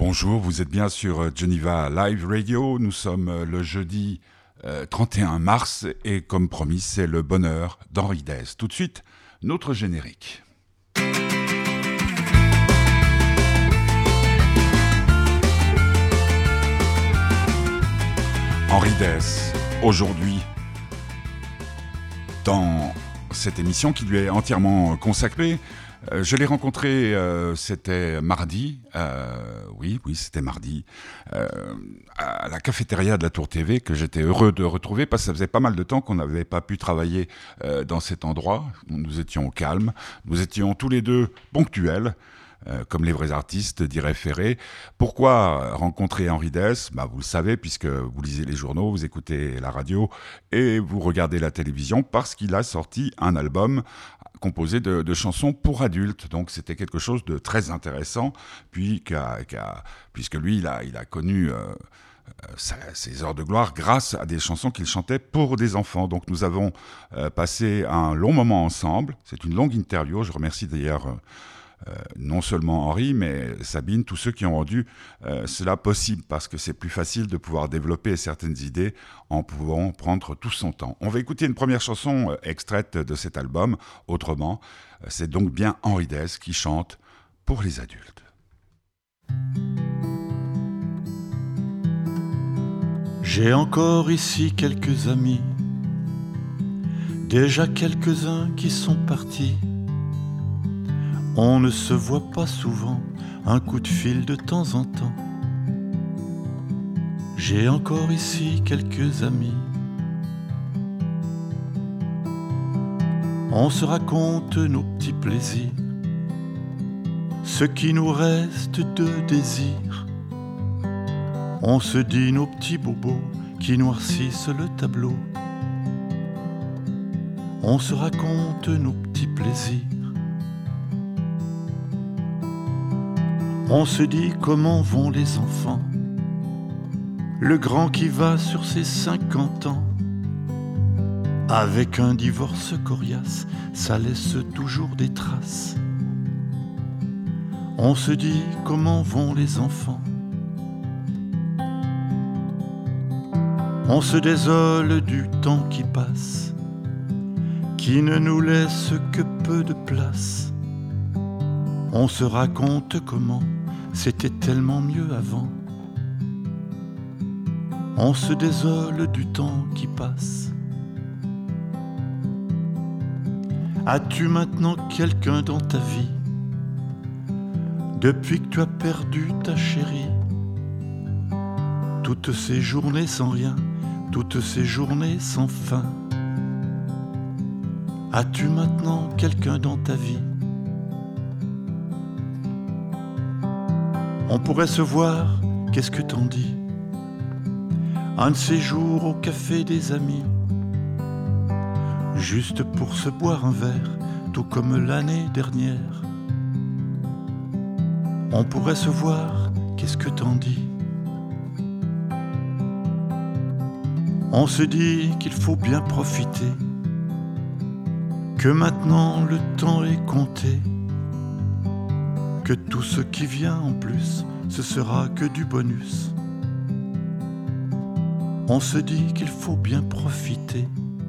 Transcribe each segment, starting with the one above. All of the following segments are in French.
Bonjour, vous êtes bien sur Geneva Live Radio. Nous sommes le jeudi 31 mars et comme promis, c'est le bonheur d'Henri Dess. Tout de suite, notre générique. Henri Dess, aujourd'hui, dans cette émission qui lui est entièrement consacrée. Je l'ai rencontré, c'était mardi, oui, c'était mardi, à la cafétéria de la Tour TV, que j'étais heureux de retrouver, parce que ça faisait pas mal de temps qu'on n'avait pas pu travailler dans cet endroit. Nous étions au calme, nous étions tous les deux ponctuels, comme les vrais artistes, dirait Ferré. Pourquoi rencontrer Henri Dess ? Vous le savez, puisque vous lisez les journaux, vous écoutez la radio et vous regardez la télévision, parce qu'il a sorti un album composé de chansons pour adultes. Donc c'était quelque chose de très intéressant, puisque lui, il a connu ses heures de gloire grâce à des chansons qu'il chantait pour des enfants. Donc nous avons passé un long moment ensemble. C'est une longue interview. Je remercie d'ailleurs non seulement Henri, mais Sabine, tous ceux qui ont rendu cela possible, parce que c'est plus facile de pouvoir développer certaines idées en pouvant prendre tout son temps. On va écouter une première chanson extraite de cet album, Autrement. C'est donc bien Henri Dess qui chante pour les adultes. J'ai encore ici quelques amis, déjà quelques-uns qui sont partis. On ne se voit pas souvent, un coup de fil de temps en temps. J'ai encore ici quelques amis. On se raconte nos petits plaisirs, ce qui nous reste de désir. On se dit nos petits bobos qui noircissent le tableau. On se raconte nos petits plaisirs. On se dit comment vont les enfants, le grand qui va sur ses 50 ans. Avec un divorce coriace, ça laisse toujours des traces. On se dit comment vont les enfants. On se désole du temps qui passe, qui ne nous laisse que peu de place. On se raconte comment c'était tellement mieux avant. On se désole du temps qui passe. As-tu maintenant quelqu'un dans ta vie depuis que tu as perdu ta chérie? Toutes ces journées sans rien, toutes ces journées sans fin. As-tu maintenant quelqu'un dans ta vie? On pourrait se voir, qu'est-ce que t'en dis? Un de ces jours au café des amis, juste pour se boire un verre, tout comme l'année dernière. On pourrait se voir, qu'est-ce que t'en dis? On se dit qu'il faut bien profiter, que maintenant le temps est compté, que tout ce qui vient en plus, ce sera que du bonus. On se dit qu'il faut bien profiter.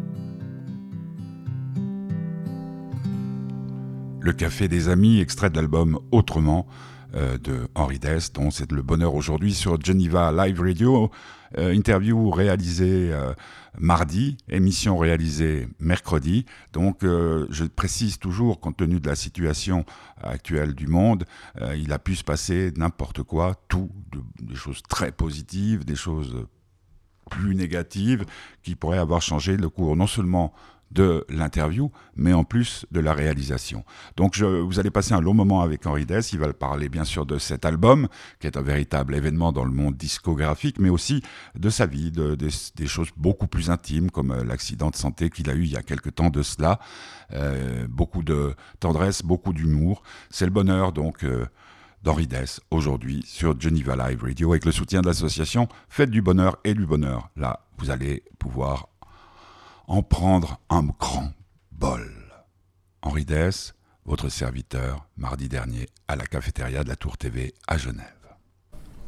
Le Café des Amis, extrait de l'album Autrement de Henri Dess, dont c'est le bonheur aujourd'hui sur Geneva Live Radio. Interview réalisée mardi, émission réalisée mercredi. Donc je précise toujours, compte tenu de la situation actuelle du monde, il a pu se passer n'importe quoi, des choses très positives, des choses plus négatives qui pourraient avoir changé le cours non seulement de l'interview, mais en plus de la réalisation. Donc vous allez passer un long moment avec Henri Dess. Il va parler bien sûr de cet album, qui est un véritable événement dans le monde discographique, mais aussi de sa vie, des choses beaucoup plus intimes, comme l'accident de santé qu'il a eu il y a quelque temps de cela. Beaucoup de tendresse, beaucoup d'humour. C'est le bonheur donc d'Henri Dess aujourd'hui sur Geneva Live Radio, avec le soutien de l'association Fête du Bonheur et du Bonheur. Là, vous allez pouvoir en prendre un grand bol. Henri Dess, votre serviteur, mardi dernier, à la cafétéria de la Tour TV à Genève.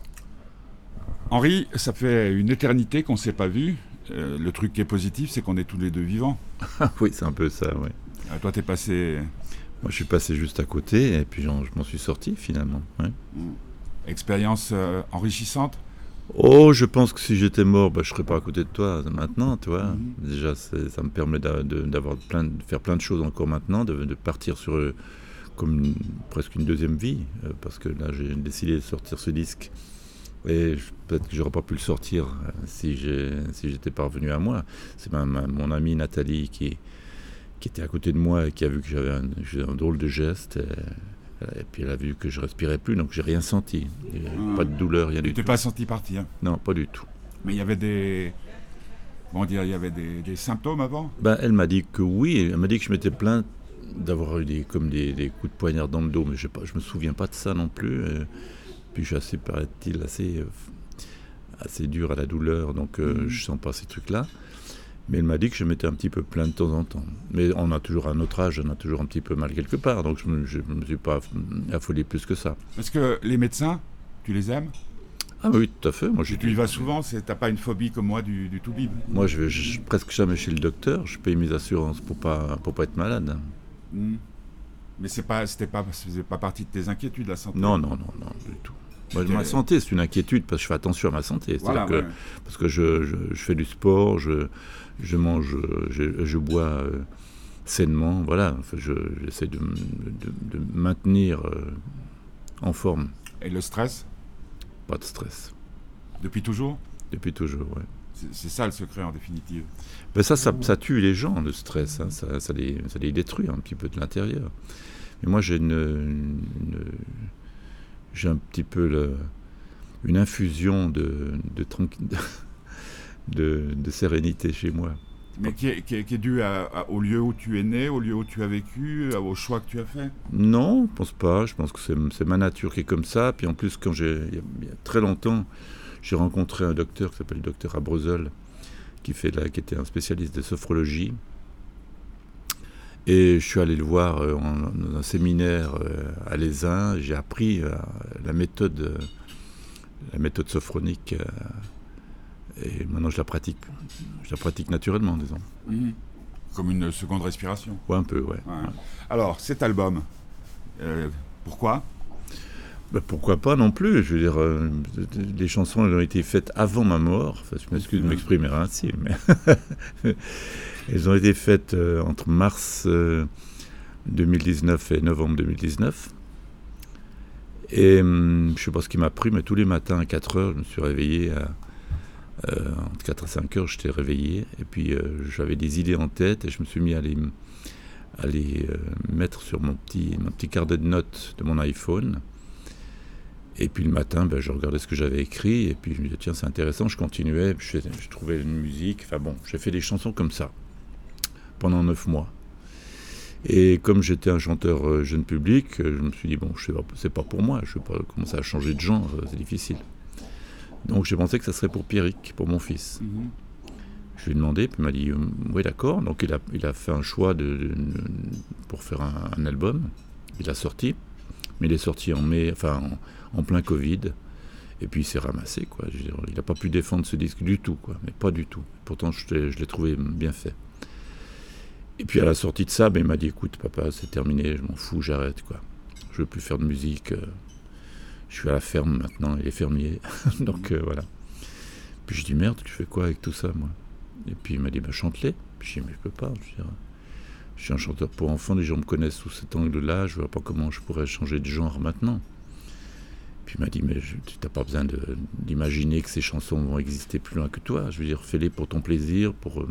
Henri, ça fait une éternité qu'on ne s'est pas vu. Le truc qui est positif, c'est qu'on est tous les deux vivants. Oui, c'est un peu ça, oui. Toi, t'es passé... Moi, je suis passé juste à côté et puis je m'en suis sorti finalement. Ouais. Expérience enrichissante. Oh, je pense que si j'étais mort, je serais pas à côté de toi maintenant, tu vois. Déjà, ça me permet d'avoir de faire plein de choses encore maintenant, de partir sur comme presque une deuxième vie, parce que là, j'ai décidé de sortir ce disque. Et peut-être que j'aurais pas pu le sortir si j'étais pas revenu à moi. C'est mon amie Nathalie qui était à côté de moi et qui a vu que j'avais un drôle de geste. Et puis elle a vu que je respirais plus, donc j'ai rien senti. Pas de douleur, rien du tout. Tu t'es pas senti partir? Non, pas du tout. Mais il y avait des symptômes avant? Elle m'a dit que oui. Elle m'a dit que je m'étais plaint d'avoir eu des coups de poignard dans le dos, mais je me souviens pas de ça non plus. Puis je suis assez, paraît-il, assez dur à la douleur, donc je sens pas ces trucs-là. Mais elle m'a dit que je m'étais un petit peu plaint de temps en temps. Mais on a toujours à notre âge, on a toujours un petit peu mal quelque part, donc je ne me suis pas affolé plus que ça. Est-ce que les médecins, tu les aimes? Ah oui, tout à fait. Moi, tu y vas souvent, t'as pas une phobie comme moi du toubib? Moi, je vais presque jamais chez le docteur, je paye mes assurances pour pas être malade. Mais ça faisait pas partie de tes inquiétudes, la santé? Non, du tout. Moi, ma santé, c'est une inquiétude parce que je fais attention à ma santé. Voilà, parce que je fais du sport, je mange, je bois sainement. Voilà, enfin, j'essaie de maintenir en forme. Et le stress? Pas de stress. Depuis toujours? Depuis toujours, oui. C'est ça le secret en définitive. Ça tue les gens, le stress. Hein. Ça les détruit un petit peu de l'intérieur. Mais moi, j'ai un petit peu une infusion de sérénité chez moi. Mais qui est due au lieu où tu es né, au lieu où tu as vécu, au choix que tu as fait? Non, je pense pas. Je pense que c'est ma nature qui est comme ça. Puis en plus, il y a très longtemps, j'ai rencontré un docteur qui s'appelle le docteur Abrezel, qui était un spécialiste de sophrologie. Et je suis allé le voir dans un séminaire à l'Aisin. J'ai appris la méthode sophronique. Et maintenant, je la pratique naturellement, disons. Comme une seconde respiration? Ouais, un peu, ouais. Alors, cet album, pourquoi? Pourquoi pas non plus. Je veux dire, les chansons elles ont été faites avant ma mort. Enfin, je m'excuse de m'exprimer ainsi, mais elles ont été faites entre mars 2019 et novembre 2019. Et je ne sais pas ce qui m'a pris, mais tous les matins à 4 heures, je me suis réveillé entre 4 et 5 heures, j'étais réveillé. Et puis j'avais des idées en tête et je me suis mis à les mettre sur mon petit carnet de notes de mon iPhone. Et puis le matin, je regardais ce que j'avais écrit, et puis je me disais, tiens, c'est intéressant, je continuais, je trouvais une musique, enfin bon, j'ai fait des chansons comme ça, pendant 9 mois. Et comme j'étais un chanteur jeune public, je me suis dit, bon, c'est pas pour moi, je ne vais pas commencer à changer de genre, c'est difficile. Donc j'ai pensé que ça serait pour Pierrick, pour mon fils. Je lui ai demandé, puis il m'a dit, oui d'accord, donc il a fait un choix pour faire un album, il l'a sorti. Mais il est sorti en mai, en plein Covid, et puis il s'est ramassé, quoi. Je veux dire, il n'a pas pu défendre ce disque du tout, quoi, mais pas du tout. Pourtant, je l'ai trouvé bien fait. Et puis à la sortie de ça, il m'a dit, écoute, papa, c'est terminé, je m'en fous, j'arrête, quoi. Je veux plus faire de musique. Je suis à la ferme maintenant, il est fermier, donc voilà. Puis je dis, merde, tu fais quoi avec tout ça, moi? Et puis il m'a dit, chante-les. Puis je dis, mais je peux pas, je veux dire. Je suis un chanteur pour enfants, les gens me connaissent sous cet angle-là, je ne vois pas comment je pourrais changer de genre maintenant. Puis il m'a dit, mais tu n'as pas besoin d'imaginer que ces chansons vont exister plus loin que toi. Je veux dire, fais-les pour ton plaisir, pour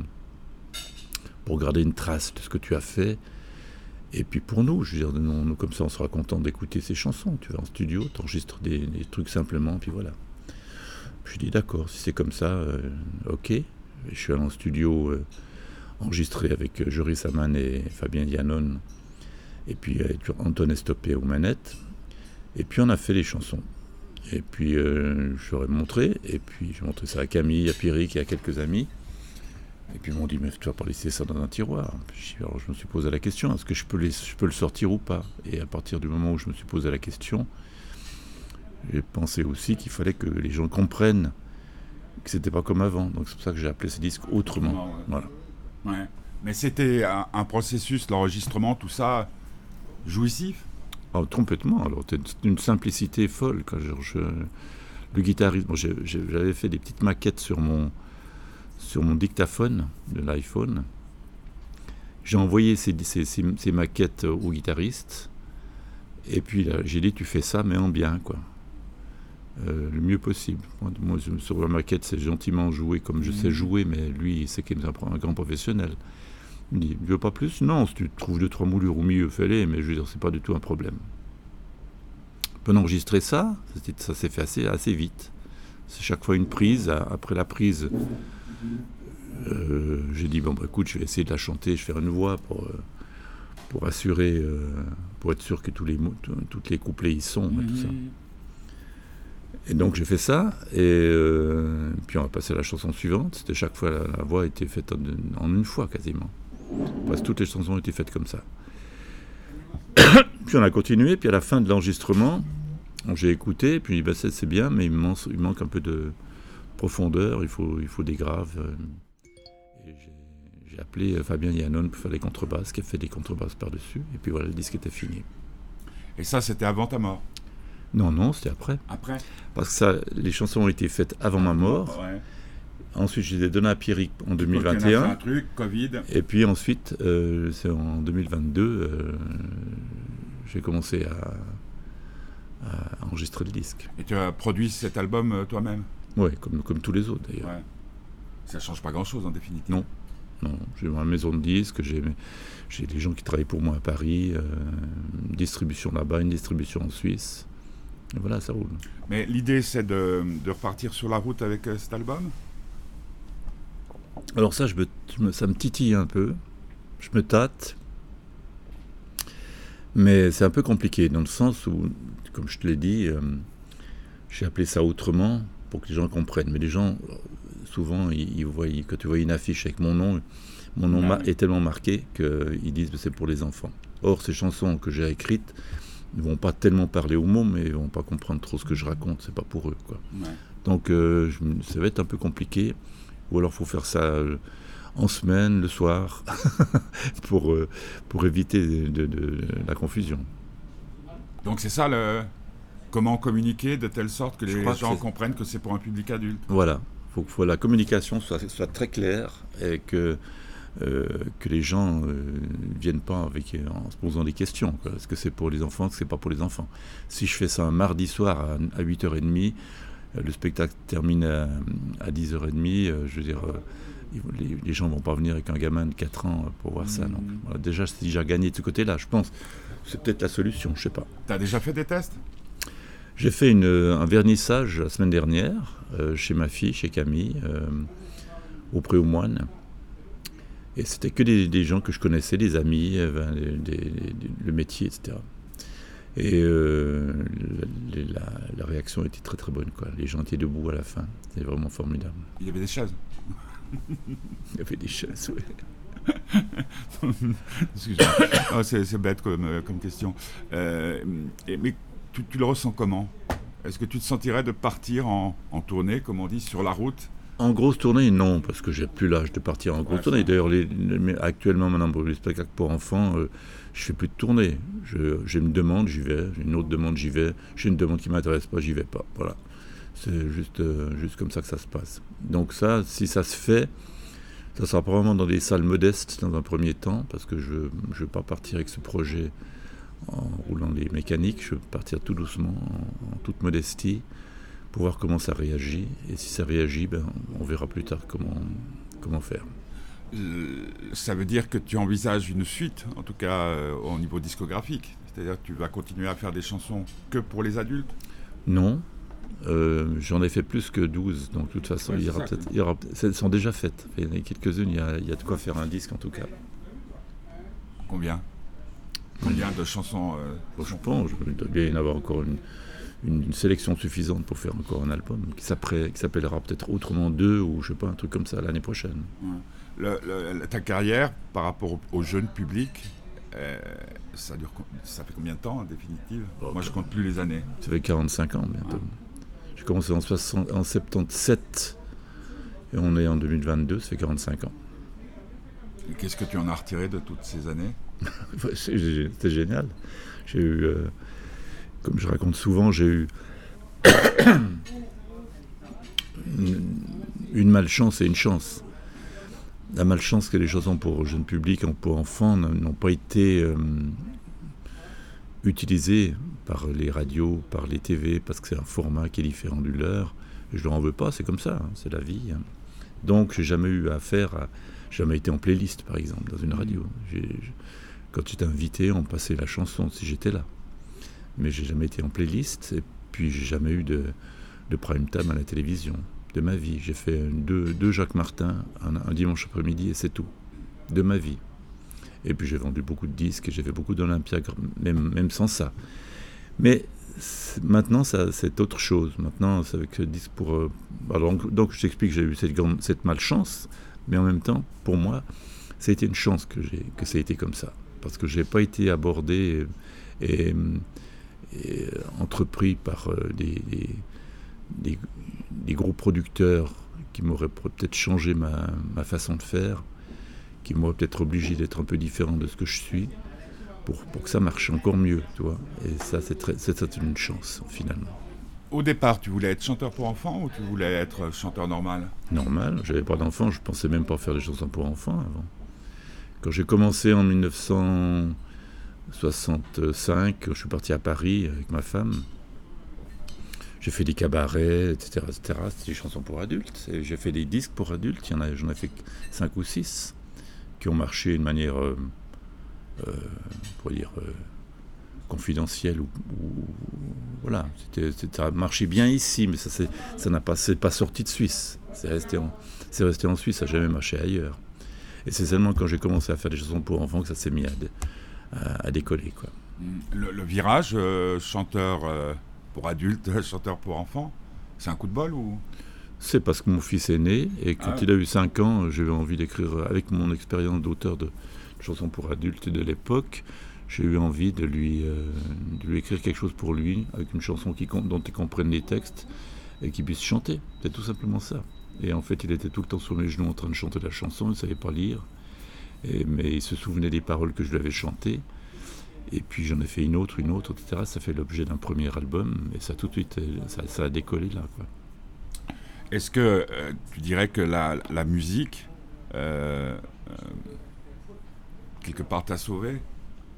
garder une trace de ce que tu as fait. Et puis pour nous, je veux dire, nous comme ça, on sera content d'écouter ces chansons. Tu vas en studio, tu enregistres des trucs simplement, puis voilà. Puis je dis, d'accord, si c'est comme ça, ok. Et je suis allé en studio... enregistré avec Joris Aman et Fabien Dianon, et puis avec Antoine Estopé aux manettes. Et puis on a fait les chansons. Et puis je leur ai montré, et puis j'ai montré ça à Camille, à Pierrick et à quelques amis. Et puis ils m'ont dit, mais tu vas pas laisser ça dans un tiroir. Alors je me suis posé la question, est-ce que je peux le sortir ou pas? Et à partir du moment où je me suis posé la question, j'ai pensé aussi qu'il fallait que les gens comprennent que c'était pas comme avant. Donc c'est pour ça que j'ai appelé ce disque Autrement. Ouais. Voilà. Ouais. Mais c'était un processus, l'enregistrement, tout ça, jouissif. Ah, complètement. Alors, c'est une simplicité folle. Quand le guitariste, bon, j'avais fait des petites maquettes sur mon dictaphone de l'iPhone. J'ai envoyé ces maquettes au guitariste. Et puis là, j'ai dit, tu fais ça, mais en bien, quoi. Le mieux possible. Moi, sur la maquette, c'est gentiment joué comme je sais jouer, mais lui, il sait qu'il est un grand professionnel. Il me dit, tu veux pas plus ? Non, si tu trouves 2-3 moulures au milieu, fais-les, mais je veux dire, c'est pas du tout un problème. On peut enregistrer ça, ça s'est fait assez vite. C'est chaque fois une prise. Après la prise, j'ai dit, bon, bah, écoute, je vais essayer de la chanter, je vais faire une voix pour assurer, pour être sûr que tous les couplets y sont, et tout ça. Et donc j'ai fait ça, et puis on va passer à la chanson suivante. C'était chaque fois, la voix était faite en une fois quasiment. Parce que toutes les chansons étaient faites comme ça. Puis on a continué, puis à la fin de l'enregistrement, j'ai écouté, puis bah, c'est bien, mais il manque un peu de profondeur, il faut des graves. Et j'ai appelé Fabien Yannon pour faire les contrebasses, qui a fait des contrebasses par-dessus, et puis voilà, le disque était fini. Et ça, c'était avant ta mort ? Non, c'était après. Après ? Parce que ça, les chansons ont été faites avant ma mort. Ouais. Ensuite, je les ai données à Pierrick en 2021. Donc, il y en a fait un truc, Covid. Et puis ensuite, c'est en 2022, j'ai commencé à enregistrer le disque. Et tu as produit cet album toi-même ? Oui, comme tous les autres d'ailleurs. Ouais. Ça ne change pas grand-chose en définitive. Non, j'ai ma maison de disques, j'ai des gens qui travaillent pour moi à Paris, une distribution là-bas, une distribution en Suisse. Et voilà, ça roule. Mais l'idée, c'est de repartir sur la route avec cet album ? Alors ça, ça me titille un peu, je me tâte, mais c'est un peu compliqué, dans le sens où, comme je te l'ai dit, j'ai appelé ça Autrement, pour que les gens comprennent. Mais les gens, souvent, quand tu vois une affiche avec mon nom est tellement marqué qu'ils disent que c'est pour les enfants. Or, ces chansons que j'ai écrites ne vont pas tellement parler aux mômes, mais ils ne vont pas comprendre trop ce que je raconte, c'est pas pour eux, quoi. Ouais. Donc, ça va être un peu compliqué. Ou alors il faut faire ça en semaine, le soir, pour éviter de la confusion. Donc c'est ça, comment communiquer de telle sorte que les gens comprennent que c'est pour un public adulte. Voilà, il faut que la communication soit très claire et que les gens ne viennent pas en se posant des questions. Quoi. Est-ce que c'est pour les enfants, est-ce que c'est pas pour les enfants ? Si je fais ça un mardi soir à 8h30, le spectacle termine à 10h30, je veux dire, les gens ne vont pas venir avec un gamin de 4 ans pour voir ça. Donc, voilà, déjà, si j'ai gagné de ce côté-là, je pense, c'est peut-être la solution, je ne sais pas. Tu as déjà fait des tests ? J'ai fait un vernissage la semaine dernière, chez ma fille, chez Camille, au Pré-aux-Moines. Et c'était que des gens que je connaissais, des amis, le métier, etc. Et la réaction était très très bonne, quoi. Les gens étaient debout à la fin, c'était vraiment formidable. Il y avait des chaises. Il y avait des chaises, oui. Oh, c'est bête comme question. Mais tu le ressens comment ? Est-ce que tu te sentirais de partir en tournée, comme on dit, sur la route ? En grosse tournée, non, parce que j'ai plus l'âge de partir en grosse tournée. D'ailleurs, actuellement, maintenant, pour les spectacles pour enfants, je fais plus de tournée. J'ai une demande, j'y vais. J'ai une autre demande, j'y vais. J'ai une demande qui m'intéresse pas, j'y vais pas. Voilà. C'est juste comme ça que ça se passe. Donc ça, si ça se fait, ça sera probablement dans des salles modestes dans un premier temps, parce que je veux pas partir avec ce projet en roulant les mécaniques. Je veux partir tout doucement, en toute modestie, pour voir comment ça réagit. Et si ça réagit, on verra plus tard comment faire. Ça veut dire que tu envisages une suite, en tout cas au niveau discographique. C'est-à-dire que tu vas continuer à faire des chansons que pour les adultes ? Non. J'en ai fait plus que 12, donc de toute façon, elles sont déjà faites. Il y en a quelques-unes, il y a de quoi faire un disque en tout cas. Combien de chansons Je pense qu'il doit bien y en avoir encore une sélection suffisante pour faire encore un album qui s'appellera peut-être Autrement 2 ou je sais pas, un truc comme ça l'année prochaine. Ouais. Ta carrière par rapport au jeune public, ça fait combien de temps en définitive ? Moi je compte plus les années. Ça fait 45 ans bientôt. Ouais. J'ai commencé en 77 Et on est en 2022, ça fait 45 ans. Et qu'est-ce que tu en as retiré de toutes ces années ? C'était génial. J'ai eu, comme je raconte souvent, j'ai eu une malchance et une chance. La malchance que les chansons pour jeunes publics, pour enfants, n'ont pas été utilisées par les radios, par les TV, parce que c'est un format qui est différent du leur. Et je ne leur en veux pas, c'est comme ça, hein, c'est la vie. Hein. Donc, j'ai jamais eu affaire à... jamais été en playlist, par exemple, dans une radio. Quand j'étais invité, on passait la chanson, si j'étais là. Mais j'ai jamais été en playlist, et puis j'ai jamais eu de prime time à la télévision de ma vie. J'ai fait deux Jacques Martin un dimanche après-midi et c'est tout, de ma vie. Et puis j'ai vendu beaucoup de disques et j'ai fait beaucoup d'Olympia, même sans ça. Mais maintenant, c'est autre chose. Maintenant, c'est avec ce disque pour... alors, donc je t'explique que j'ai eu cette malchance, mais en même temps, pour moi, ça a été une chance que ça a été comme ça. Parce que je n'ai pas été abordé et entrepris par des gros producteurs qui m'auraient peut-être changé ma façon de faire, qui m'auraient peut-être obligé d'être un peu différent de ce que je suis, pour que ça marche encore mieux, tu vois. Et ça, c'est une chance, finalement. Au départ, tu voulais être chanteur pour enfants ou tu voulais être chanteur normal ? Normal, j'avais pas d'enfants, je pensais même pas faire des chansons pour enfants avant. Quand j'ai commencé en 1965, je suis parti à Paris avec ma femme. J'ai fait des cabarets, etc. C'était des chansons pour adultes. Et j'ai fait des disques pour adultes. J'en ai fait 5 ou 6 qui ont marché de manière, confidentielle. Voilà, ça a marché bien ici, mais c'est pas sorti de Suisse. C'est resté en Suisse, ça n'a jamais marché ailleurs. Et c'est seulement quand j'ai commencé à faire des chansons pour enfants que ça s'est mis à décoller, quoi. Le virage, chanteur pour adultes, chanteur pour enfants, c'est un coup de bol ou ? C'est parce que mon fils est né et quand il a eu 5 ans, j'avais envie d'écrire, avec mon expérience d'auteur de chansons pour adultes de l'époque, j'ai eu envie de lui écrire quelque chose pour lui, avec une chanson dont il comprenne les textes et qu'il puisse chanter. C'est tout simplement ça. Et en fait, il était tout le temps sur mes genoux en train de chanter la chanson, il ne savait pas lire, mais il se souvenait des paroles que je lui avais chantées. Et puis j'en ai fait une autre, etc. Ça fait l'objet d'un premier album, et ça tout de suite, ça a décollé là, quoi. Est-ce que tu dirais que la musique, quelque part, t'a sauvé ? Hein ?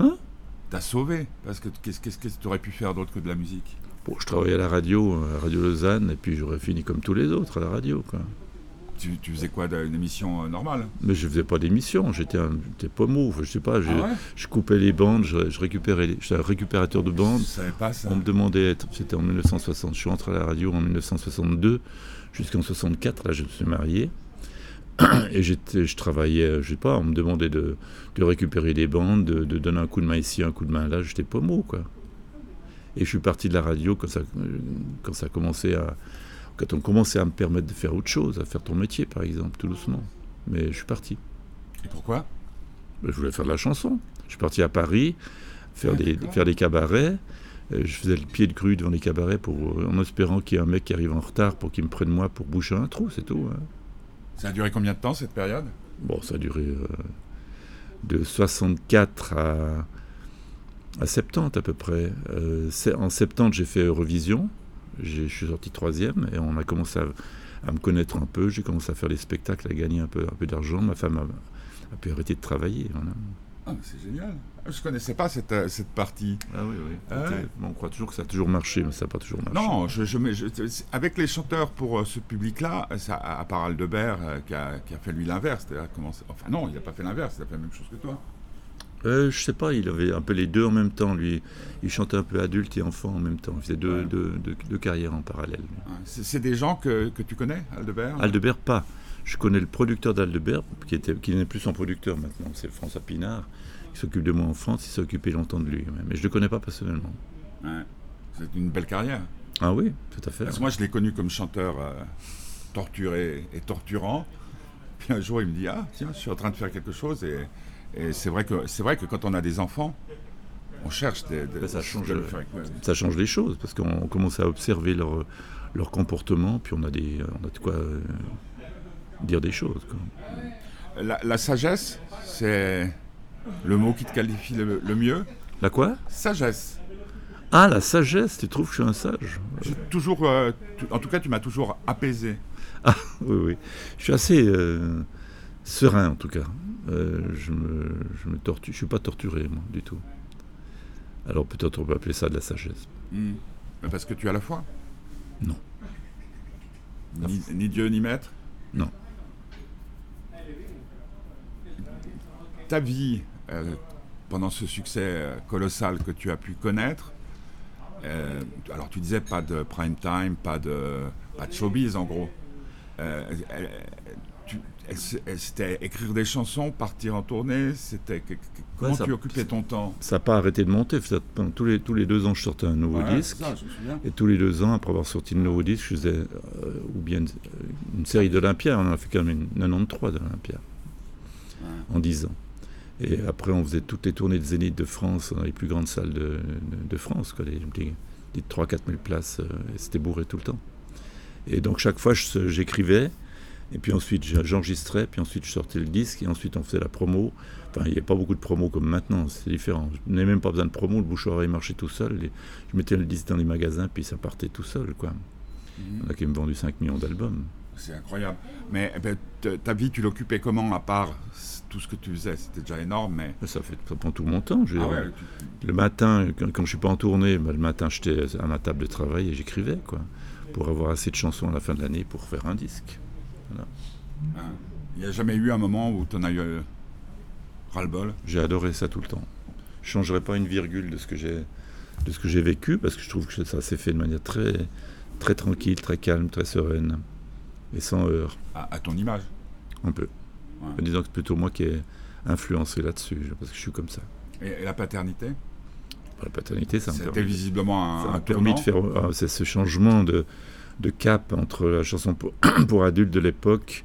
T'as sauvé ? Parce que qu'est-ce que tu aurais pu faire d'autre que de la musique ? Bon, je travaillais à la radio Lausanne, et puis j'aurais fini comme tous les autres à la radio, quoi. Tu faisais quoi, une émission normale ? Mais je faisais pas d'émission, j'étais pommeau, je sais pas, je coupais les bandes, je récupérais, j'étais un récupérateur de bandes. Je savais pas ça. On me demandait, c'était en 1960, je suis rentré à la radio en 1962, jusqu'en 64, là je me suis marié. Et je travaillais, je sais pas, on me demandait de récupérer des bandes, de donner un coup de main ici, un coup de main là, j'étais pommeau, quoi. Et je suis parti de la radio quand ça commençait quand on commençait à me permettre de faire autre chose, à faire ton métier, par exemple, tout doucement. Mais je suis parti. Et pourquoi ? Je voulais faire de la chanson. Je suis parti à Paris, faire des cabarets. Je faisais le pied de grue devant les cabarets en espérant qu'il y ait un mec qui arrive en retard pour qu'il me prenne moi pour boucher un trou, c'est tout. Hein. Ça a duré combien de temps, cette période ? Bon, ça a duré de 64 à 70 à peu près. En 70, j'ai fait Eurovision. Je suis sorti 3e et on a commencé à me connaître un peu. J'ai commencé à faire des spectacles, à gagner un peu d'argent. Ma femme a pu arrêter de travailler. Voilà. Ah, c'est génial. Je ne connaissais pas cette partie. Ah oui. On croit toujours que ça a toujours marché, mais ça n'a pas toujours marché. Non, avec les chanteurs pour ce public-là, à part Aldebert qui a fait lui l'inverse. Enfin non, il n'a pas fait l'inverse, il a fait la même chose que toi. Je sais pas, il avait un peu les deux en même temps, lui. Il chantait un peu adulte et enfant en même temps. Il faisait deux carrières en parallèle. Ouais. C'est des gens que tu connais, Aldebert ? Aldebert, pas. Je connais le producteur d'Aldebert, qui n'est plus son producteur maintenant, c'est François Pinard. Il s'occupe de moi en France, il s'est occupé longtemps de lui. Mais je ne le connais pas personnellement. Ouais. C'est une belle carrière. Ah oui, tout à fait. Parce que moi, je l'ai connu comme chanteur torturé et torturant. Puis un jour, il me dit « Ah, tiens, je suis en train de faire quelque chose » Et c'est vrai que quand on a des enfants, on cherche ça change les choses, parce qu'on commence à observer leur comportement, puis on a de quoi dire des choses, quoi. La sagesse, c'est le mot qui te qualifie le mieux. La quoi? Sagesse. Ah, la sagesse, tu trouves que je suis un sage? Toujours, en tout cas, tu m'as toujours apaisé. Ah, oui, oui. Je suis assez serein, en tout cas. Je suis pas torturé, moi, du tout. Alors peut-être on peut appeler ça de la sagesse. Mais parce que tu as la foi. Non. Ni Dieu, ni maître. Non. Ta vie, pendant ce succès colossal que tu as pu connaître, alors tu disais pas de prime time, pas de showbiz en gros. C'était écrire des chansons, partir en tournée, c'était comment tu occupais ton temps? Ça n'a pas arrêté de monter. Tous les 2 ans, je sortais un nouveau disque. Ça, je me souviens. Et tous les 2 ans, après avoir sorti le nouveau disque, je faisais ou bien une série d'Olympia. On en a fait quand même une 93 d'Olympia en 10 ans. Et après, on faisait toutes les tournées de Zénith de France dans les plus grandes salles de France, quoi, les 3-4 000 places, et c'était bourré tout le temps. Et donc chaque fois, j'écrivais, et puis ensuite j'enregistrais, puis ensuite je sortais le disque, et ensuite on faisait la promo. Enfin, il n'y avait pas beaucoup de promo comme maintenant, c'est différent. Je n'avais même pas besoin de promo, le bouche-oreille marchait tout seul. Je mettais le disque dans les magasins, puis ça partait tout seul, quoi. On a quand même vendu 5 millions d'albums. C'est incroyable. Mais ta vie, tu l'occupais comment, à part tout ce que tu faisais? C'était déjà énorme, mais... Ça prend tout mon temps. Le matin, quand je ne suis pas en tournée, le matin, j'étais à ma table de travail et j'écrivais, quoi, pour avoir assez de chansons à la fin de l'année pour faire un disque. Voilà. Il n'y a jamais eu un moment où tu en as eu ras-le-bol? J'ai adoré ça tout le temps. Je ne changerais pas une virgule de ce que j'ai vécu, parce que je trouve que ça s'est fait de manière très, très tranquille, très calme, très sereine. Et sans heurts. À ton image? Un peu. Ouais. En disant que c'est plutôt moi qui ai influencé là-dessus, parce que je suis comme ça. Et la paternité? La paternité, c'était visiblement un permis de faire. C'est ce changement de cap entre la chanson pour adultes de l'époque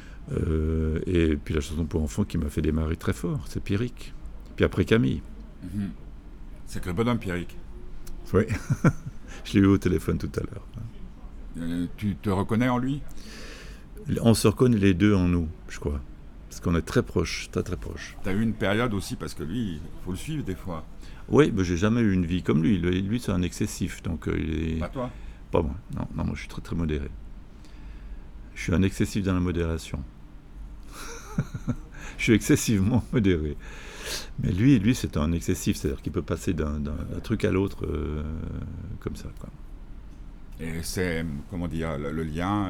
et puis la chanson pour enfants qui m'a fait démarrer très fort. C'est Pierrick. Puis après Camille. C'est que le bonhomme Pierrick. Oui. Je l'ai eu au téléphone tout à l'heure. Tu te reconnais en lui? On se reconnaît les deux en nous, je crois. Parce qu'on est très proches, très très proches. Tu as eu une période aussi, parce que lui, il faut le suivre des fois. Oui, mais j'ai jamais eu une vie comme lui. Lui, c'est un excessif. Donc, Pas toi? Pas moi. Non, moi je suis très très modéré. Je suis un excessif dans la modération. Je suis excessivement modéré. Mais lui c'est un excessif. C'est-à-dire qu'il peut passer d'un truc à l'autre comme ça, quoi. Et c'est, comment dire, le lien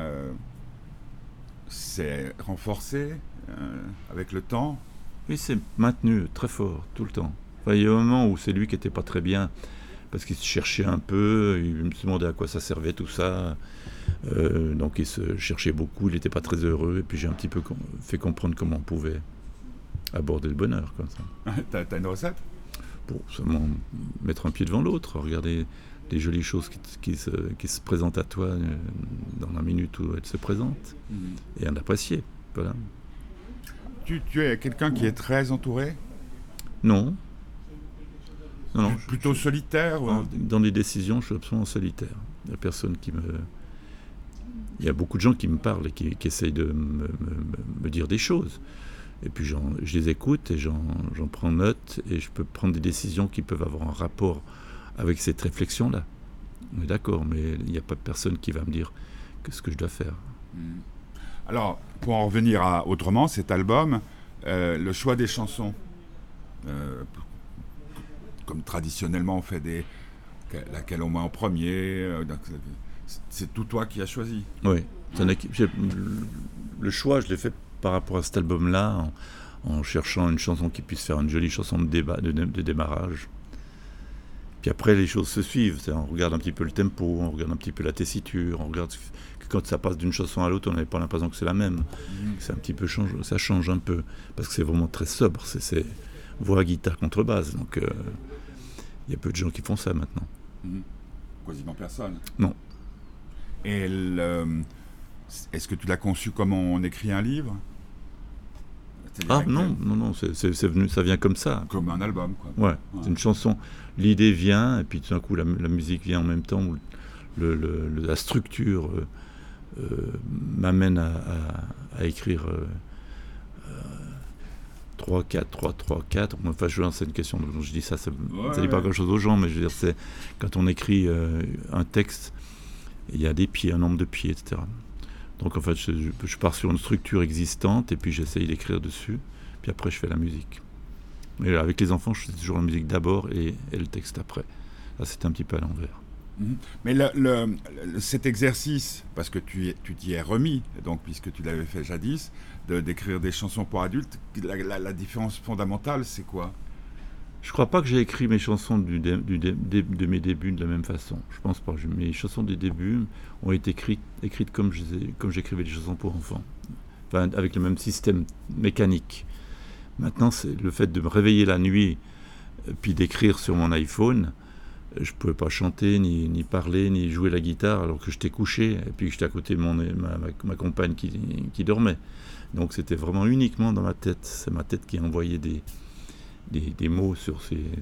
s'est renforcé avec le temps? Oui, c'est maintenu très fort, tout le temps. Enfin, il y a un moment où c'est lui qui n'était pas très bien, parce qu'il se cherchait un peu, il me demandait à quoi ça servait tout ça. Donc il se cherchait beaucoup, il n'était pas très heureux, et puis j'ai un petit peu fait comprendre comment on pouvait aborder le bonheur, comme ça. T'as une recette? Pour seulement mettre un pied devant l'autre, regarder des jolies choses qui se présentent à toi dans la minute où elles se présentent, et en apprécier. Voilà. Tu es quelqu'un qui est très entouré? Non. Non, plutôt solitaire? Dans les décisions, je suis absolument solitaire. Il n'y a personne qui me... Il y a beaucoup de gens qui me parlent et qui essayent de me dire des choses. Et puis je les écoute et j'en prends note et je peux prendre des décisions qui peuvent avoir un rapport avec cette réflexion-là. On est d'accord, mais il n'y a pas personne qui va me dire ce que je dois faire. Alors, pour en revenir à Autrement, cet album, le choix des chansons, comme traditionnellement on fait laquelle on met en premier, c'est tout toi qui as choisi. Oui, le choix, je l'ai fait par rapport à cet album-là, en cherchant une chanson qui puisse faire une jolie chanson de démarrage. Puis après, les choses se suivent. On regarde un petit peu le tempo, on regarde un petit peu la tessiture, on regarde que quand ça passe d'une chanson à l'autre, on n'avait pas l'impression que c'est la même. C'est un petit peu ça change un peu, parce que c'est vraiment très sobre. C'est voix, guitare, contrebasse. Donc, il y a peu de gens qui font ça maintenant. Quasiment personne. Non. Et est-ce que tu l'as conçu comme on écrit un livre? Ah non, c'est venu, ça vient comme ça. Comme un album, quoi. Ouais, c'est une chanson. L'idée vient, et puis tout d'un coup, la musique vient en même temps, où la structure m'amène à écrire 3-4. Enfin, c'est une question, je dis ça, ça dit pas grand-chose aux gens, mais je veux dire, c'est quand on écrit un texte, il y a des pieds, un nombre de pieds, etc. Donc en fait, je pars sur une structure existante et puis j'essaye d'écrire dessus, puis après je fais la musique. Mais avec les enfants, je fais toujours la musique d'abord et le texte après. Là, c'est un petit peu à l'envers. Mais cet exercice, parce que tu t'y es remis, donc puisque tu l'avais fait jadis, d'écrire des chansons pour adultes, la différence fondamentale, c'est quoi ? Je crois pas que j'ai écrit mes chansons de mes débuts de la même façon. Je pense pas. Mes chansons des débuts ont été écrites comme j'écrivais des chansons pour enfants. Enfin, avec le même système mécanique. Maintenant, c'est le fait de me réveiller la nuit puis d'écrire sur mon iPhone. Je pouvais pas chanter, ni parler, ni jouer la guitare alors que j'étais couché et puis que j'étais à côté de ma compagne qui dormait. Donc c'était vraiment uniquement dans ma tête. C'est ma tête qui envoyait des mots sur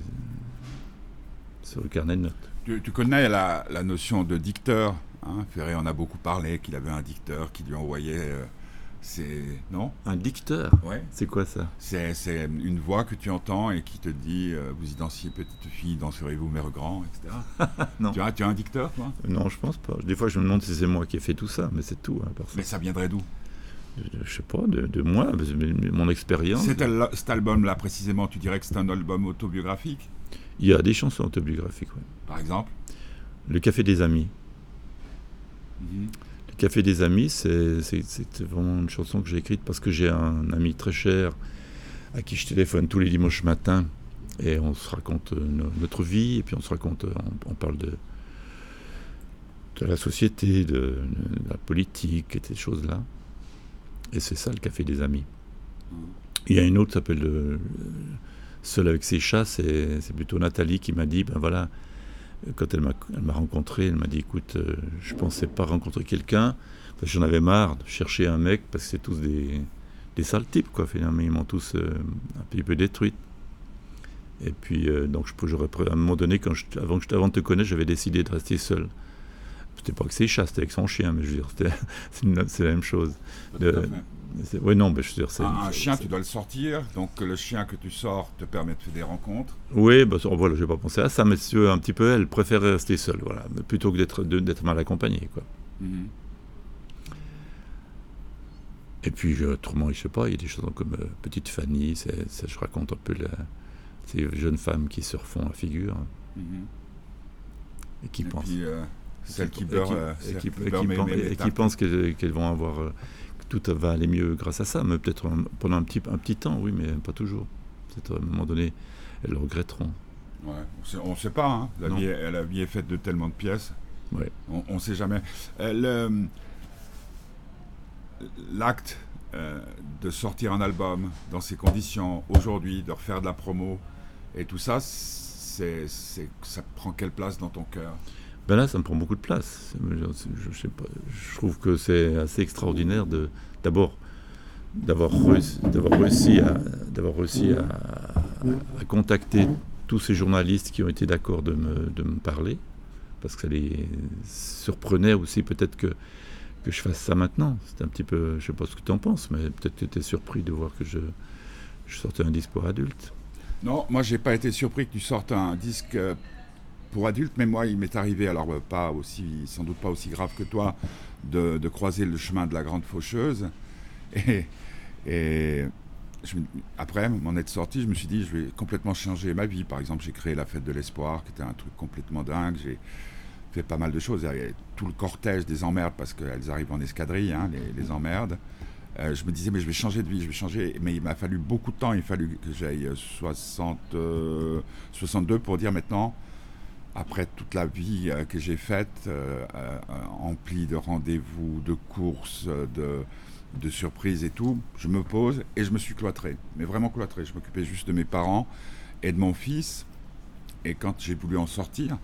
le carnet de notes. Tu connais la notion de dicteur, hein ? Ferré en a beaucoup parlé, qu'il avait un dicteur qui lui envoyait... non ? Un dicteur ? Ouais. C'est quoi ça ? C'est une voix que tu entends et qui te dit vous y dansiez petite fille, danserez-vous mère grand, etc. Non. Tu as un dicteur, toi ? Non, je pense pas. Des fois, je me demande si c'est moi qui ai fait tout ça, mais c'est tout. Mais ça viendrait d'où ? Je sais pas, de moi, mon expérience. Cet album-là, précisément, tu dirais que c'est un album autobiographique ? Il y a des chansons autobiographiques, oui. Par exemple ? Le Café des Amis. Le Café des Amis, c'est vraiment une chanson que j'ai écrite parce que j'ai un ami très cher à qui je téléphone tous les dimanches matins et on se raconte notre vie et puis on parle de la société, de la politique et ces choses-là. Et c'est ça, le Café des Amis. Il y a une autre qui s'appelle Seul avec ses chats, c'est plutôt Nathalie qui m'a dit, ben voilà, quand elle m'a rencontré, elle m'a dit, écoute, je pensais pas rencontrer quelqu'un, parce que j'en avais marre de chercher un mec, parce que c'est tous des sales types, quoi, finalement, ils m'ont tous un petit peu détruite. Et puis, donc, à un moment donné, avant de te connaître, j'avais décidé de rester seul. C'était pas avec ses chats, c'était avec son chien, mais je veux dire, c'est la même chose. Oui, non, mais je veux dire, un chien, tu dois le sortir, donc le chien que tu sors te permet de faire des rencontres. Oui, voilà, je n'ai pas pensé à ça, mais un petit peu, elle préférait rester seule, voilà, plutôt que d'être mal accompagnée, quoi. Et puis, autrement, je sais pas, il y a des choses comme Petite Fanny, je raconte un peu ces jeunes femmes qui se refont la figure et qui pensent. Puis, celles qui beurrent et qui pensent qu'elles vont avoir que tout va aller mieux grâce à ça, mais peut-être pendant un petit temps, oui, mais pas toujours. À un moment donné, elles le regretteront. Ouais, on ne sait pas, hein. La vie est faite de tellement de pièces. Ouais. On ne sait jamais. L'acte de sortir un album dans ces conditions, aujourd'hui, de refaire de la promo et tout ça, ça prend quelle place dans ton cœur ? Ben là, ça me prend beaucoup de place. Je sais pas. Je trouve que c'est assez extraordinaire d'avoir réussi à contacter tous ces journalistes qui ont été d'accord de me parler, parce que ça les surprenait aussi peut-être que je fasse ça maintenant. C'est un petit peu, je sais pas ce que tu en penses, mais peut-être que tu es surpris de voir que je sortais un disque pour adultes. Non, moi j'ai pas été surpris que tu sortes un disque pour adultes, mais moi il m'est arrivé, alors sans doute pas aussi grave que toi, de croiser le chemin de la Grande Faucheuse, et après m'en être sorti, je me suis dit je vais complètement changer ma vie. Par exemple, j'ai créé la Fête de l'Espoir, qui était un truc complètement dingue. J'ai fait pas mal de choses. Il y avait tout le cortège des emmerdes, parce qu'elles arrivent en escadrille, hein, les emmerdes. Je me disais, mais je vais changer de vie, mais il m'a fallu beaucoup de temps. Il a fallu que j'aille 62 pour dire maintenant, après toute la vie que j'ai faite, emplie de rendez-vous, de courses, de surprises et tout, je me pose et je me suis cloîtré, mais vraiment cloîtré. Je m'occupais juste de mes parents et de mon fils, et quand j'ai voulu en sortir,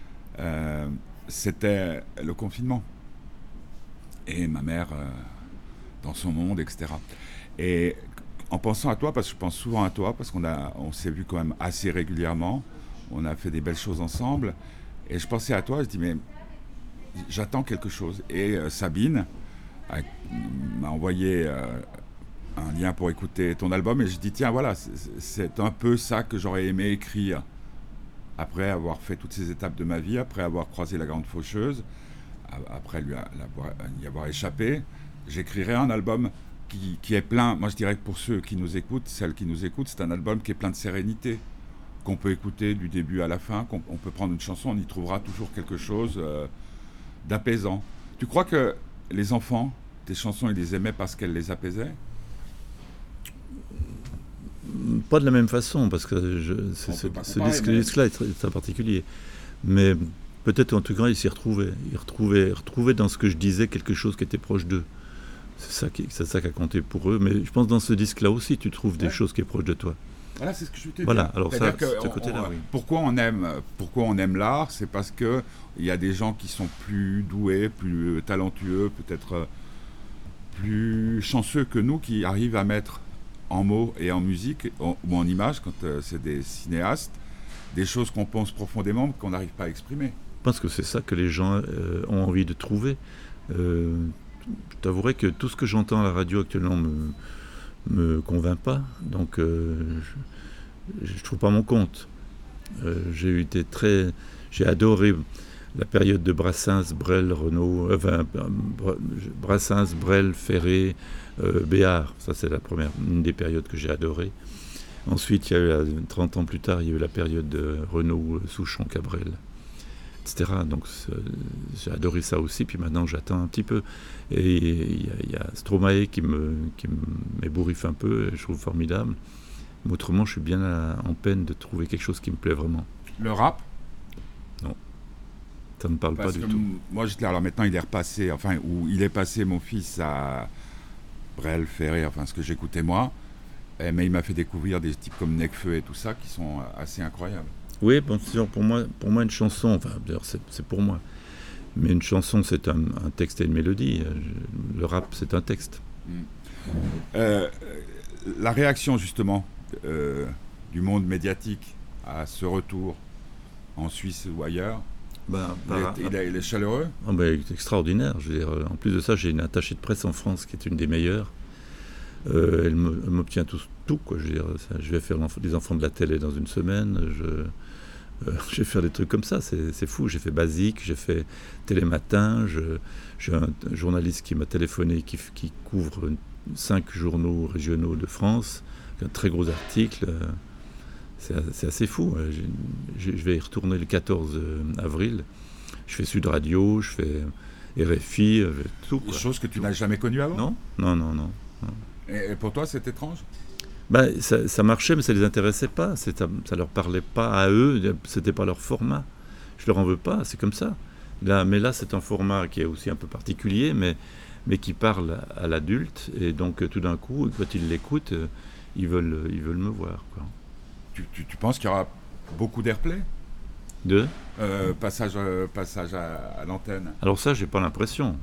c'était le confinement et ma mère dans son monde, etc. Et en pensant à toi, parce que je pense souvent à toi, parce qu'on s'est vu quand même assez régulièrement, on a fait des belles choses ensemble, et je pensais à toi, je dis mais j'attends quelque chose. Et Sabine m'a envoyé un lien pour écouter ton album et je dis tiens voilà, c'est un peu ça que j'aurais aimé écrire après avoir fait toutes ces étapes de ma vie, après avoir croisé la Grande Faucheuse, après y avoir échappé. J'écrirais un album qui est plein, moi je dirais que pour ceux qui nous écoutent, celles qui nous écoutent, c'est un album qui est plein de sérénité, qu'on peut écouter du début à la fin, qu'on peut prendre une chanson, on y trouvera toujours quelque chose d'apaisant. Tu crois que les enfants, tes chansons, ils les aimaient parce qu'elles les apaisaient ? Pas de la même façon, parce que ce disque-là est très particulier. Mais peut-être en tout cas, ils s'y retrouvaient. Ils retrouvaient dans ce que je disais quelque chose qui était proche d'eux. C'est ça qui a compté pour eux. Mais je pense que dans ce disque-là aussi, tu trouves des choses qui sont proches de toi. Voilà, c'est ce que je veux te dire. Voilà, alors ça, ce côté-là, oui. Pourquoi on aime l'art, c'est parce que il y a des gens qui sont plus doués, plus talentueux, peut-être plus chanceux que nous, qui arrivent à mettre en mots et en musique ou en images, quand c'est des cinéastes, des choses qu'on pense profondément, mais qu'on n'arrive pas à exprimer. Je pense que c'est ça que les gens ont envie de trouver. Je t'avouerai que tout ce que j'entends à la radio actuellement me convainc pas, donc je trouve pas mon compte. J'ai adoré la période de Brassens, Brel, Renaud, Brassens, Brel, Ferré, Béard. Ça c'est une des périodes que j'ai adorées. Ensuite, il y a eu 30 ans plus tard, il y a eu la période de Renaud, Souchon, Cabrel, etc. Donc j'ai adoré ça aussi. Puis maintenant, j'attends un petit peu. Et il y a Stromae qui m'ébouriffe un peu, et je trouve formidable. Mais autrement, je suis bien en peine de trouver quelque chose qui me plaît vraiment. Le rap ? Non. Ça ne me parle pas du tout. Moi, alors maintenant, il est passé, mon fils, à Brel, Ferré, enfin, ce que j'écoutais moi. Mais il m'a fait découvrir des types comme Nekfeu et tout ça qui sont assez incroyables. Oui, bon, pour moi, une chanson, enfin, d'ailleurs, c'est pour moi. Mais une chanson, c'est un texte et une mélodie. Le rap, c'est un texte. La réaction, justement, du monde médiatique à ce retour en Suisse ou ailleurs, il est chaleureux ? Il est extraordinaire. Je veux dire, en plus de ça, j'ai une attachée de presse en France qui est une des meilleures. Elle m'obtient tout, quoi. Je veux dire, je vais faire des enfants de la télé dans une semaine. Je vais faire des trucs comme ça, c'est fou. J'ai fait Basique, j'ai fait Télématin. J'ai un journaliste qui m'a téléphoné qui couvre 5 journaux régionaux de France, un très gros article. C'est assez fou. Je vais y retourner le 14 avril. Je fais Sud Radio, je fais RFI, tout. Des choses que tu n'as jamais connues avant ? Non. Et pour toi, c'est étrange ? Ça marchait, mais ça les intéressait pas. Ça leur parlait pas à eux. C'était pas leur format. Je leur en veux pas. C'est comme ça. Mais là, c'est un format qui est aussi un peu particulier, mais qui parle à l'adulte. Et donc, tout d'un coup, quand ils l'écoutent, ils veulent me voir, quoi. Tu penses qu'il y aura beaucoup d'airplay ? Passage à l'antenne. Alors ça, j'ai pas l'impression.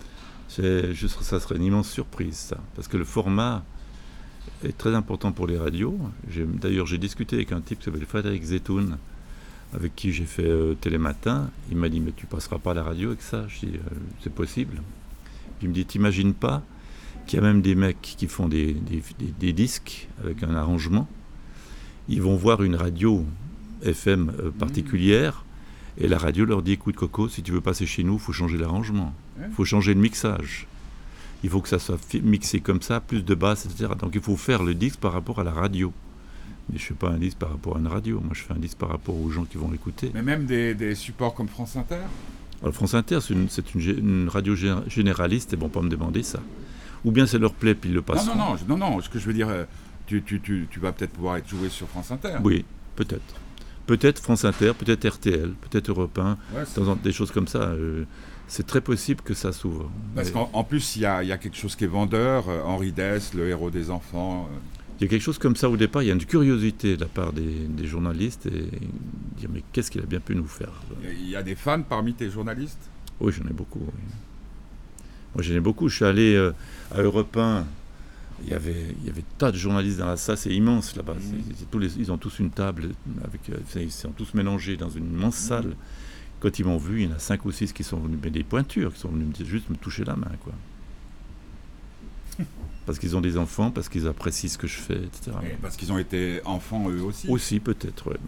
Ça serait une immense surprise, ça. Parce que le format est très important pour les radios. D'ailleurs, j'ai discuté avec un type qui s'appelle Frédéric Zetoun, avec qui j'ai fait Télématin. Il m'a dit, mais tu passeras pas à la radio avec ça ? Je dis, c'est possible. Puis il me dit, t'imagines pas qu'il y a même des mecs qui font des disques avec un arrangement. Ils vont voir une radio FM particulière, et la radio leur dit, écoute Coco, si tu veux passer chez nous, il faut changer l'arrangement. Il faut changer le mixage. Il faut que ça soit mixé comme ça, plus de basses, etc. Donc il faut faire le disque par rapport à la radio. Mais je ne fais pas un disque par rapport à une radio. Moi, je fais un disque par rapport aux gens qui vont l'écouter. Mais même des supports comme France Inter ? Alors, France Inter, c'est une radio généraliste, et bon, pas me demander ça. Ou bien ça leur plaît, puis ils le passent. Non. Ce que je veux dire, tu vas peut-être pouvoir être joué sur France Inter. Oui, peut-être. Peut-être France Inter, peut-être RTL, peut-être Europe 1, des choses comme ça. C'est très possible que ça s'ouvre. Parce qu'en plus, il y a quelque chose qui est vendeur. Henri Dess, le héros des enfants. Il y a quelque chose comme ça au départ. Il y a une curiosité de la part des journalistes. Et dire, mais qu'est-ce qu'il a bien pu nous faire ? Il y a des fans parmi tes journalistes ? Oui, j'en ai beaucoup. Oui. Moi, j'en ai beaucoup. Je suis allé à Europe 1. Il y avait tas de journalistes dans la salle. C'est immense là-bas. Ils ont tous une table. Ils sont tous mélangés dans une immense salle. quand ils m'ont vu, il y en a 5 ou 6 qui sont venus, mais des pointures, qui sont venus juste me toucher la main, quoi. Parce qu'ils ont des enfants, parce qu'ils apprécient ce que je fais, etc. Et parce qu'ils ont été enfants eux aussi. Aussi, peut-être, ouais.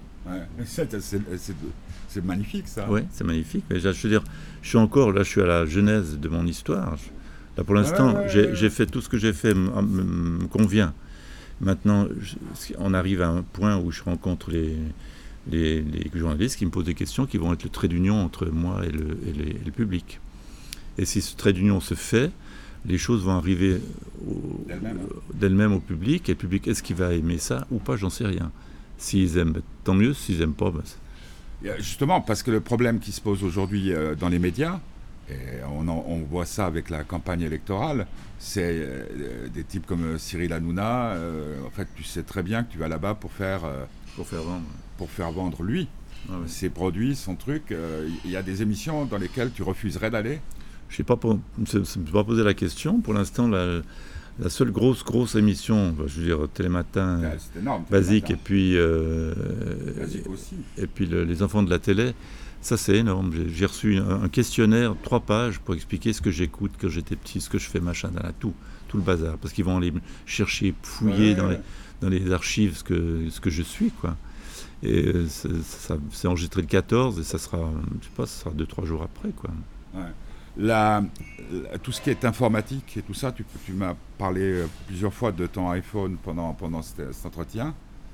C'est magnifique, ça. Oui, c'est magnifique. Mais je veux dire, je suis à la genèse de mon histoire. Là, pour l'instant, j'ai fait tout ce que j'ai fait me convient. Maintenant, on arrive à un point où je rencontre les journalistes qui me posent des questions qui vont être le trait d'union entre moi et le public. Et si ce trait d'union se fait, les choses vont arriver d'elles-mêmes au public. Et le public, est-ce qu'il va aimer ça ou pas? J'en sais rien. S'ils aiment, tant mieux. S'ils n'aiment pas, Justement, parce que le problème qui se pose aujourd'hui dans les médias, et on voit ça avec la campagne électorale, c'est des types comme Cyril Hanouna. En fait, tu sais très bien que tu vas là-bas pour faire vendre. Pour faire vendre lui, ses produits, son truc. Il y a des émissions dans lesquelles tu refuserais d'aller? Je ne me suis pas posé la question. Pour l'instant, la seule grosse émission, je veux dire Télématin, c'est énorme, Basique, Télématin. Basique aussi. Et puis les enfants de la télé, ça c'est énorme. J'ai reçu un questionnaire, 3 pages, pour expliquer ce que j'écoute quand j'étais petit, ce que je fais, machin, tout le bazar. Parce qu'ils vont aller chercher, fouiller dans les archives ce que je suis, quoi. Et c'est enregistré le 14 et ça sera 2-3 jours après, quoi. Ouais. Tout ce qui est informatique et tout ça, tu m'as parlé plusieurs fois de ton iPhone pendant cet entretien.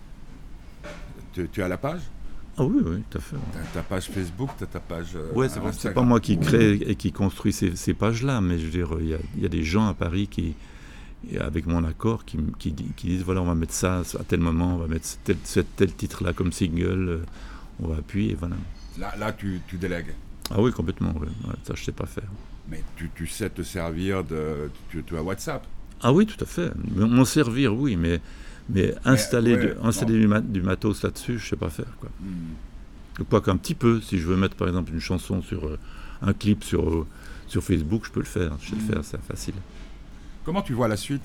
Tu as la page? Ah oui, tout à fait. Ta page Facebook, ta page c'est pas moi qui crée et qui construit ces pages-là, mais je veux dire, il y a des gens à Paris qui, avec mon accord, qui disent, voilà, on va mettre ça à tel moment, on va mettre tel titre-là comme single, on va appuyer, voilà. Là tu délègues? Ah oui, complètement, ouais, ça je sais pas faire. Mais tu sais te servir tu as WhatsApp? Ah oui, tout à fait. M'en servir, oui, mais installer du matos là-dessus, je sais pas faire, quoi. Quoi qu'un petit peu, si je veux mettre par exemple une chanson sur un clip sur Facebook, je peux le faire, je sais le faire, c'est facile. Comment tu vois la suite?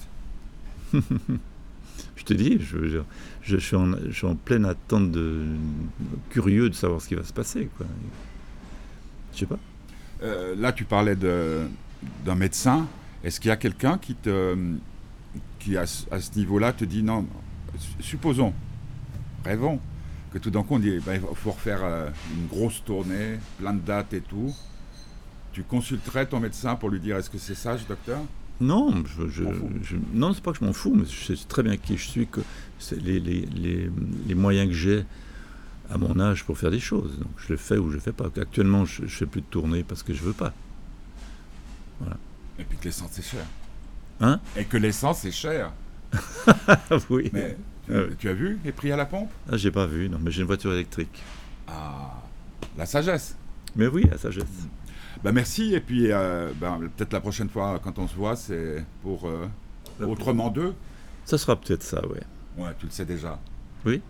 Je te dis, je suis en pleine attente curieux de savoir ce qui va se passer, quoi. Je sais pas. Là, tu parlais d'un médecin. Est-ce qu'il y a quelqu'un qui à ce niveau-là te dit non, supposons, rêvons, que tout d'un coup on dit il faut refaire une grosse tournée, plein de dates et tout. Tu consulterais ton médecin pour lui dire est-ce que c'est sage, docteur? Non, non, c'est pas que je m'en fous, mais je sais très bien qui je suis, que c'est les moyens que j'ai à mon âge pour faire des choses. Donc je le fais ou je le fais pas. Actuellement, je fais plus de tournées parce que je veux pas. Voilà. Et puis que l'essence c'est cher. Hein? Et que l'essence est cher. Oui. Mais tu as vu les prix à la pompe? Ah, j'ai pas vu, non, mais j'ai une voiture électrique. Ah, la sagesse. Mais oui, la sagesse. Merci, et puis peut-être la prochaine fois quand on se voit, c'est pour Autrement 2. Ça sera peut-être ça, oui. Ouais, tu le sais déjà. Oui.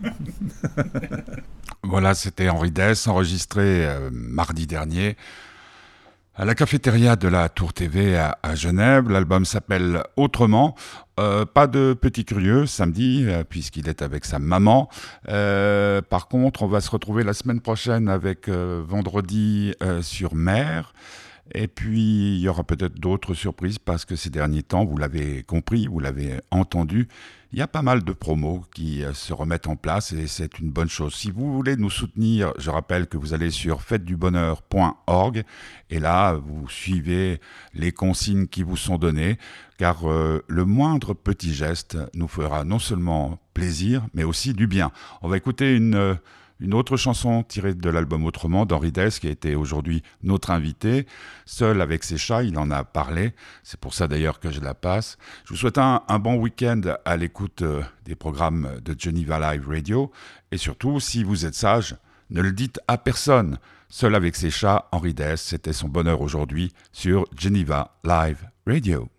Voilà, c'était Henri Dess, enregistré mardi dernier à la cafétéria de la Tour TV à Genève. L'album s'appelle Autrement. Pas de petit curieux samedi, puisqu'il est avec sa maman. Par contre, on va se retrouver la semaine prochaine avec Vendredi sur mer. Et puis, il y aura peut-être d'autres surprises parce que ces derniers temps, vous l'avez compris, vous l'avez entendu, il y a pas mal de promos qui se remettent en place et c'est une bonne chose. Si vous voulez nous soutenir, je rappelle que vous allez sur fêtedubonheur.org et là, vous suivez les consignes qui vous sont données car le moindre petit geste nous fera non seulement plaisir, mais aussi du bien. On va écouter une autre chanson tirée de l'album Autrement d'Henri Dess, qui a été aujourd'hui notre invité. Seul avec ses chats, il en a parlé. C'est pour ça d'ailleurs que je la passe. Je vous souhaite un bon week-end à l'écoute des programmes de Geneva Live Radio. Et surtout, si vous êtes sage, ne le dites à personne. Seul avec ses chats, Henri Dess, c'était son bonheur aujourd'hui sur Geneva Live Radio.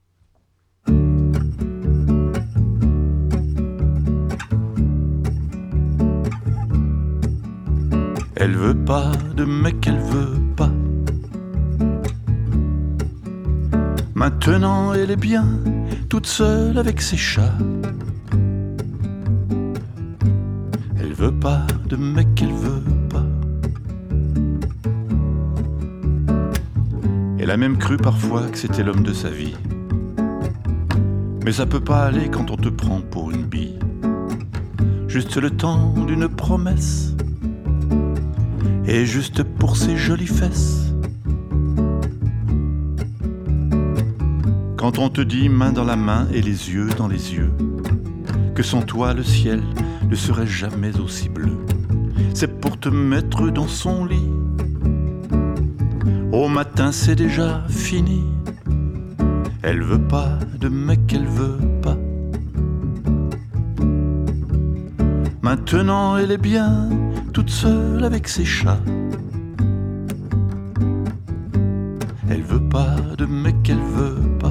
Elle veut pas de mec, elle veut pas. Maintenant elle est bien, toute seule avec ses chats. Elle veut pas de mec, elle veut pas. Elle a même cru parfois que c'était l'homme de sa vie. Mais ça peut pas aller quand on te prend pour une bille. Juste le temps d'une promesse, et juste pour ses jolies fesses. Quand on te dit main dans la main et les yeux dans les yeux, que sans toi le ciel ne serait jamais aussi bleu, c'est pour te mettre dans son lit. Au matin c'est déjà fini. Elle veut pas de mec, elle veut pas. Maintenant elle est bien toute seule avec ses chats. Elle veut pas de mec, elle veut pas.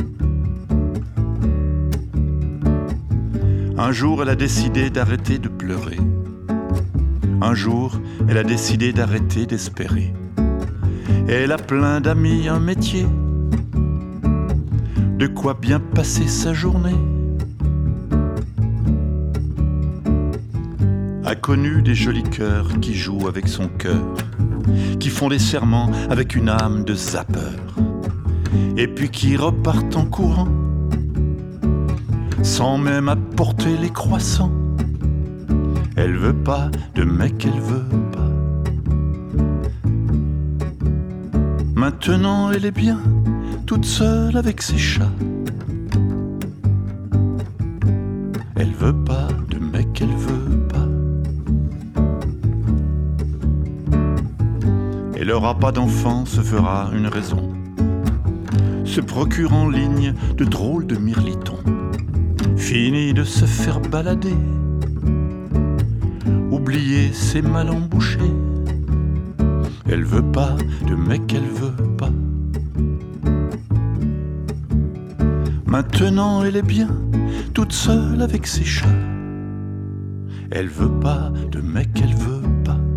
Un jour elle a décidé d'arrêter de pleurer. Un jour elle a décidé d'arrêter d'espérer. Et elle a plein d'amis, un métier, de quoi bien passer sa journée. A connu des jolis cœurs qui jouent avec son cœur, qui font des serments avec une âme de zappeur, et puis qui repartent en courant, sans même apporter les croissants. Elle veut pas de mec, elle veut pas. Maintenant elle est bien toute seule avec ses chats. Elle veut pas de mec, elle veut pas. Elle aura pas d'enfant, se fera une raison, se procure en ligne de drôles de mirlitons. Fini de se faire balader, oublier ses mal embouchés. Elle veut pas de mec, elle veut pas. Maintenant elle est bien toute seule avec ses chats. Elle veut pas de mec, elle veut pas.